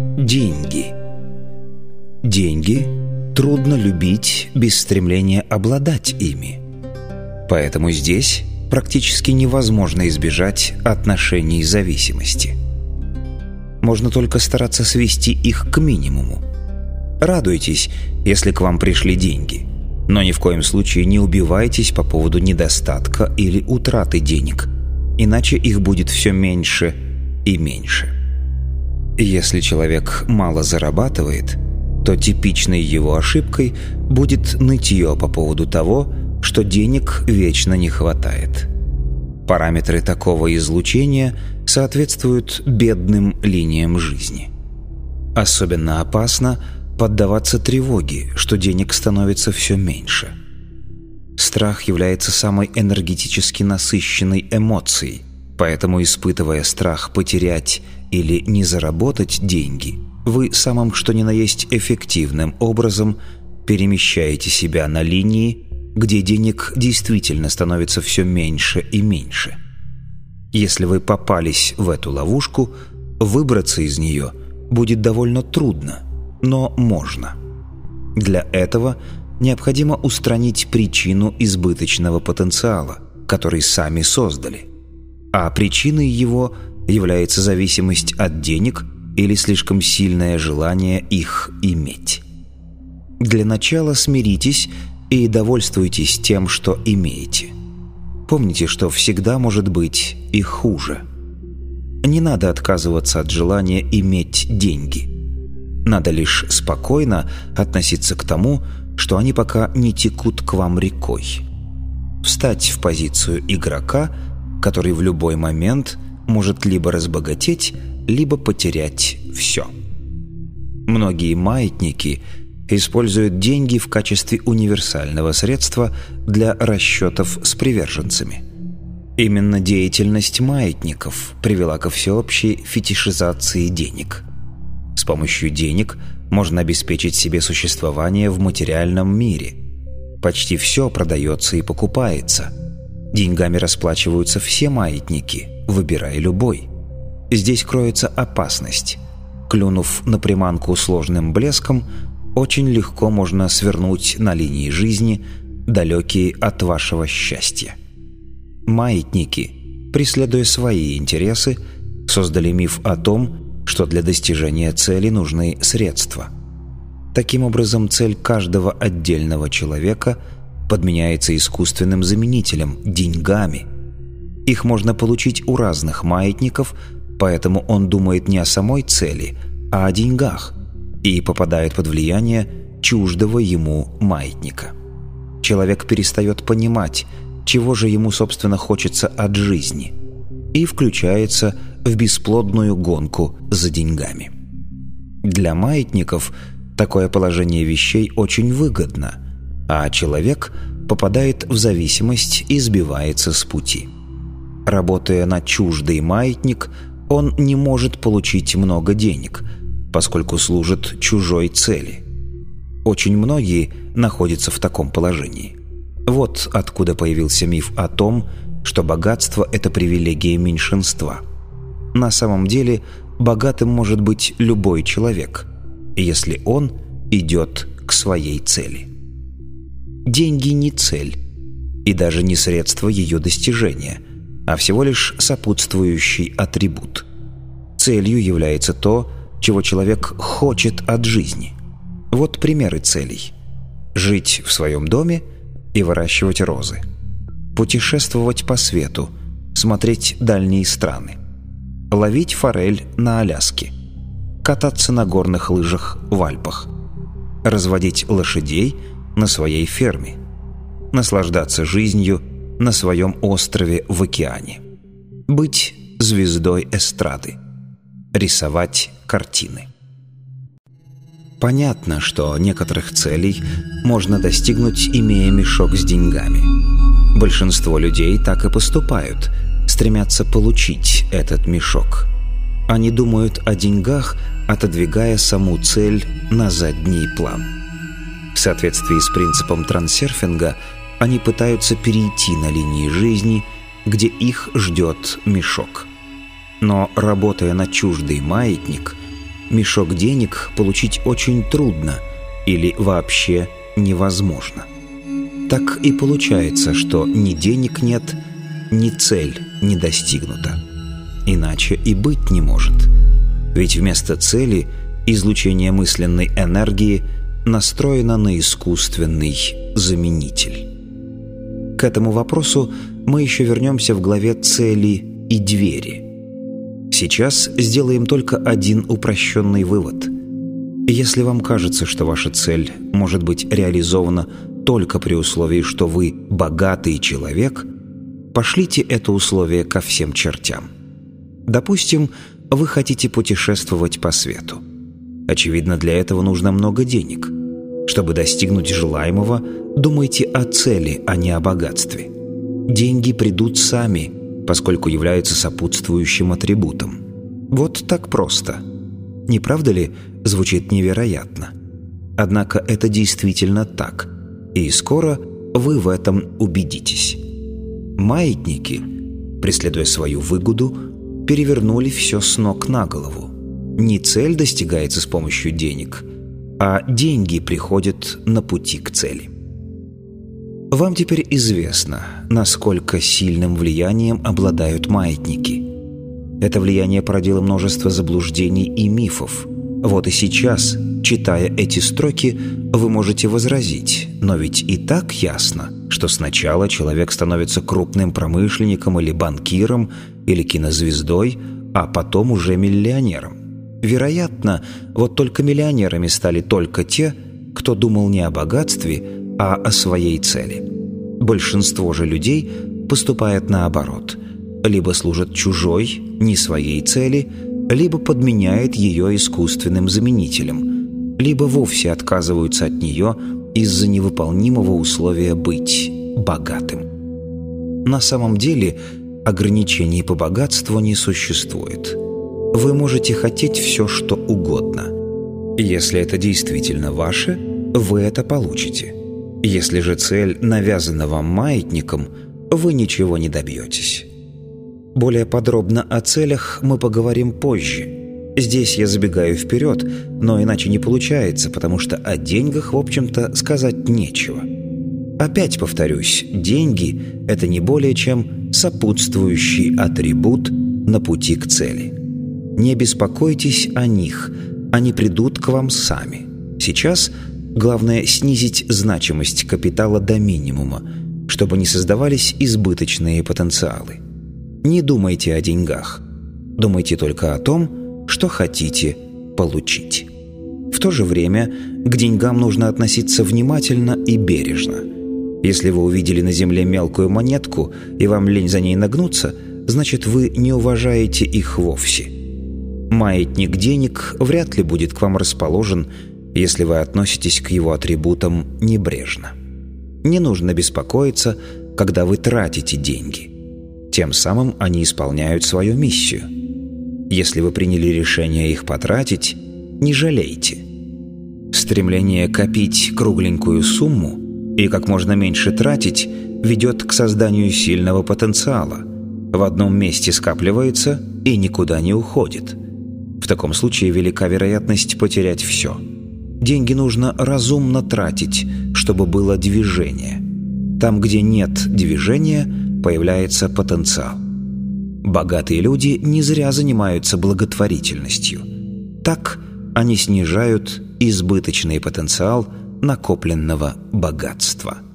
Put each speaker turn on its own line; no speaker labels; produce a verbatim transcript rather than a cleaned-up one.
Деньги. Деньги трудно любить без стремления обладать ими. Поэтому здесь практически невозможно избежать отношений зависимости. Можно только стараться свести их к минимуму. Радуйтесь, если к вам пришли деньги, но ни в коем случае не убивайтесь по поводу недостатка или утраты денег, иначе их будет все меньше и меньше. Если человек мало зарабатывает, то типичной его ошибкой будет нытье по поводу того, что денег вечно не хватает. Параметры такого излучения соответствуют бедным линиям жизни. Особенно опасно поддаваться тревоге, что денег становится все меньше. Страх является самой энергетически насыщенной эмоцией, поэтому, испытывая страх потерять или не заработать деньги, вы самым что ни на есть эффективным образом перемещаете себя на линии, где денег действительно становится все меньше и меньше. Если вы попались в эту ловушку, выбраться из нее будет довольно трудно, но можно. Для этого необходимо устранить причину избыточного потенциала, который сами создали. А причиной его является зависимость от денег или слишком сильное желание их иметь. Для начала смиритесь и довольствуйтесь тем, что имеете. Помните, что всегда может быть и хуже. Не надо отказываться от желания иметь деньги. Надо лишь спокойно относиться к тому, что они пока не текут к вам рекой. Встать в позицию игрока, который в любой момент может либо разбогатеть, либо потерять все. Многие маятники используют деньги в качестве универсального средства для расчетов с приверженцами. Именно деятельность маятников привела ко всеобщей фетишизации денег. С помощью денег можно обеспечить себе существование в материальном мире. Почти все продается и покупается. Деньгами расплачиваются все маятники, выбирай любой. Здесь кроется опасность. Клюнув на приманку сложным блеском, очень легко можно свернуть на линии жизни, далекие от вашего счастья. Маятники, преследуя свои интересы, создали миф о том, что для достижения цели нужны средства. Таким образом, цель каждого отдельного человека подменяется искусственным заменителем – деньгами. Их можно получить у разных маятников, поэтому он думает не о самой цели, а о деньгах и попадает под влияние чуждого ему маятника. Человек перестает понимать, чего же ему, собственно, хочется от жизни, и включается в бесплодную гонку за деньгами. Для маятников такое положение вещей очень выгодно, а человек попадает в зависимость и сбивается с пути. Работая на чуждый маятник, он не может получить много денег, поскольку служит чужой цели. Очень многие находятся в таком положении. Вот откуда появился миф о том, что богатство – это привилегия меньшинства. На самом деле, богатым может быть любой человек, если он идет к своей цели. Деньги не цель, и даже не средство ее достижения, а всего лишь сопутствующий атрибут. Целью является то, чего человек хочет от жизни. Вот примеры целей. Жить в своем доме и выращивать розы. Путешествовать по свету, смотреть дальние страны. Ловить форель на Аляске. Кататься на горных лыжах в Альпах. Разводить лошадей на своей ферме. Наслаждаться жизнью на своем острове в океане. Быть звездой эстрады. Рисовать картины. Понятно, что некоторых целей можно достигнуть, имея мешок с деньгами. Большинство людей так и поступают, стремятся получить этот мешок. Они думают о деньгах, отодвигая саму цель на задний план. В соответствии с принципом трансерфинга, они пытаются перейти на линии жизни, где их ждет мешок. Но, работая на чуждый маятник, мешок денег получить очень трудно или вообще невозможно. Так и получается, что ни денег нет, ни цель не достигнута. Иначе и быть не может. Ведь вместо цели излучение мысленной энергии настроено на искусственный заменитель. К этому вопросу мы еще вернемся в главе «Цели и двери». Сейчас сделаем только один упрощенный вывод. Если вам кажется, что ваша цель может быть реализована только при условии, что вы богатый человек, пошлите это условие ко всем чертям. Допустим, вы хотите путешествовать по свету. Очевидно, для этого нужно много денег. Чтобы достигнуть желаемого, думайте о цели, а не о богатстве. Деньги придут сами, поскольку являются сопутствующим атрибутом. Вот так просто. Не правда ли, звучит невероятно? Однако это действительно так, и скоро вы в этом убедитесь. Маятники, преследуя свою выгоду, перевернули все с ног на голову. Не цель достигается с помощью денег, а деньги приходят на пути к цели. Вам теперь известно, насколько сильным влиянием обладают маятники. Это влияние породило множество заблуждений и мифов. Вот и сейчас, читая эти строки, вы можете возразить, но ведь и так ясно, что сначала человек становится крупным промышленником или банкиром, или кинозвездой, а потом уже миллионером. Вероятно, вот только миллионерами стали только те, кто думал не о богатстве, а о своей цели. Большинство же людей поступает наоборот. Либо служат чужой, не своей цели, либо подменяет ее искусственным заменителем, либо вовсе отказываются от нее из-за невыполнимого условия быть богатым. На самом деле ограничений по богатству не существует. Вы можете хотеть все, что угодно. Если это действительно ваше, вы это получите. Если же цель навязана вам маятником, вы ничего не добьетесь. Более подробно о целях мы поговорим позже. Здесь я забегаю вперед, но иначе не получается, потому что о деньгах, в общем-то, сказать нечего. Опять повторюсь, деньги – это не более чем сопутствующий атрибут на пути к цели. Не беспокойтесь о них, они придут к вам сами. Сейчас главное снизить значимость капитала до минимума, чтобы не создавались избыточные потенциалы. Не думайте о деньгах. Думайте только о том, что хотите получить. В то же время к деньгам нужно относиться внимательно и бережно. Если вы увидели на земле мелкую монетку и вам лень за ней нагнуться, значит, вы не уважаете их вовсе. Маятник денег вряд ли будет к вам расположен, если вы относитесь к его атрибутам небрежно. Не нужно беспокоиться, когда вы тратите деньги. Тем самым они исполняют свою миссию. Если вы приняли решение их потратить, не жалейте. Стремление копить кругленькую сумму и как можно меньше тратить ведет к созданию сильного потенциала. В одном месте скапливается и никуда не уходит. В таком случае велика вероятность потерять все. Деньги нужно разумно тратить, чтобы было движение. Там, где нет движения, появляется потенциал. Богатые люди не зря занимаются благотворительностью. Так они снижают избыточный потенциал накопленного богатства.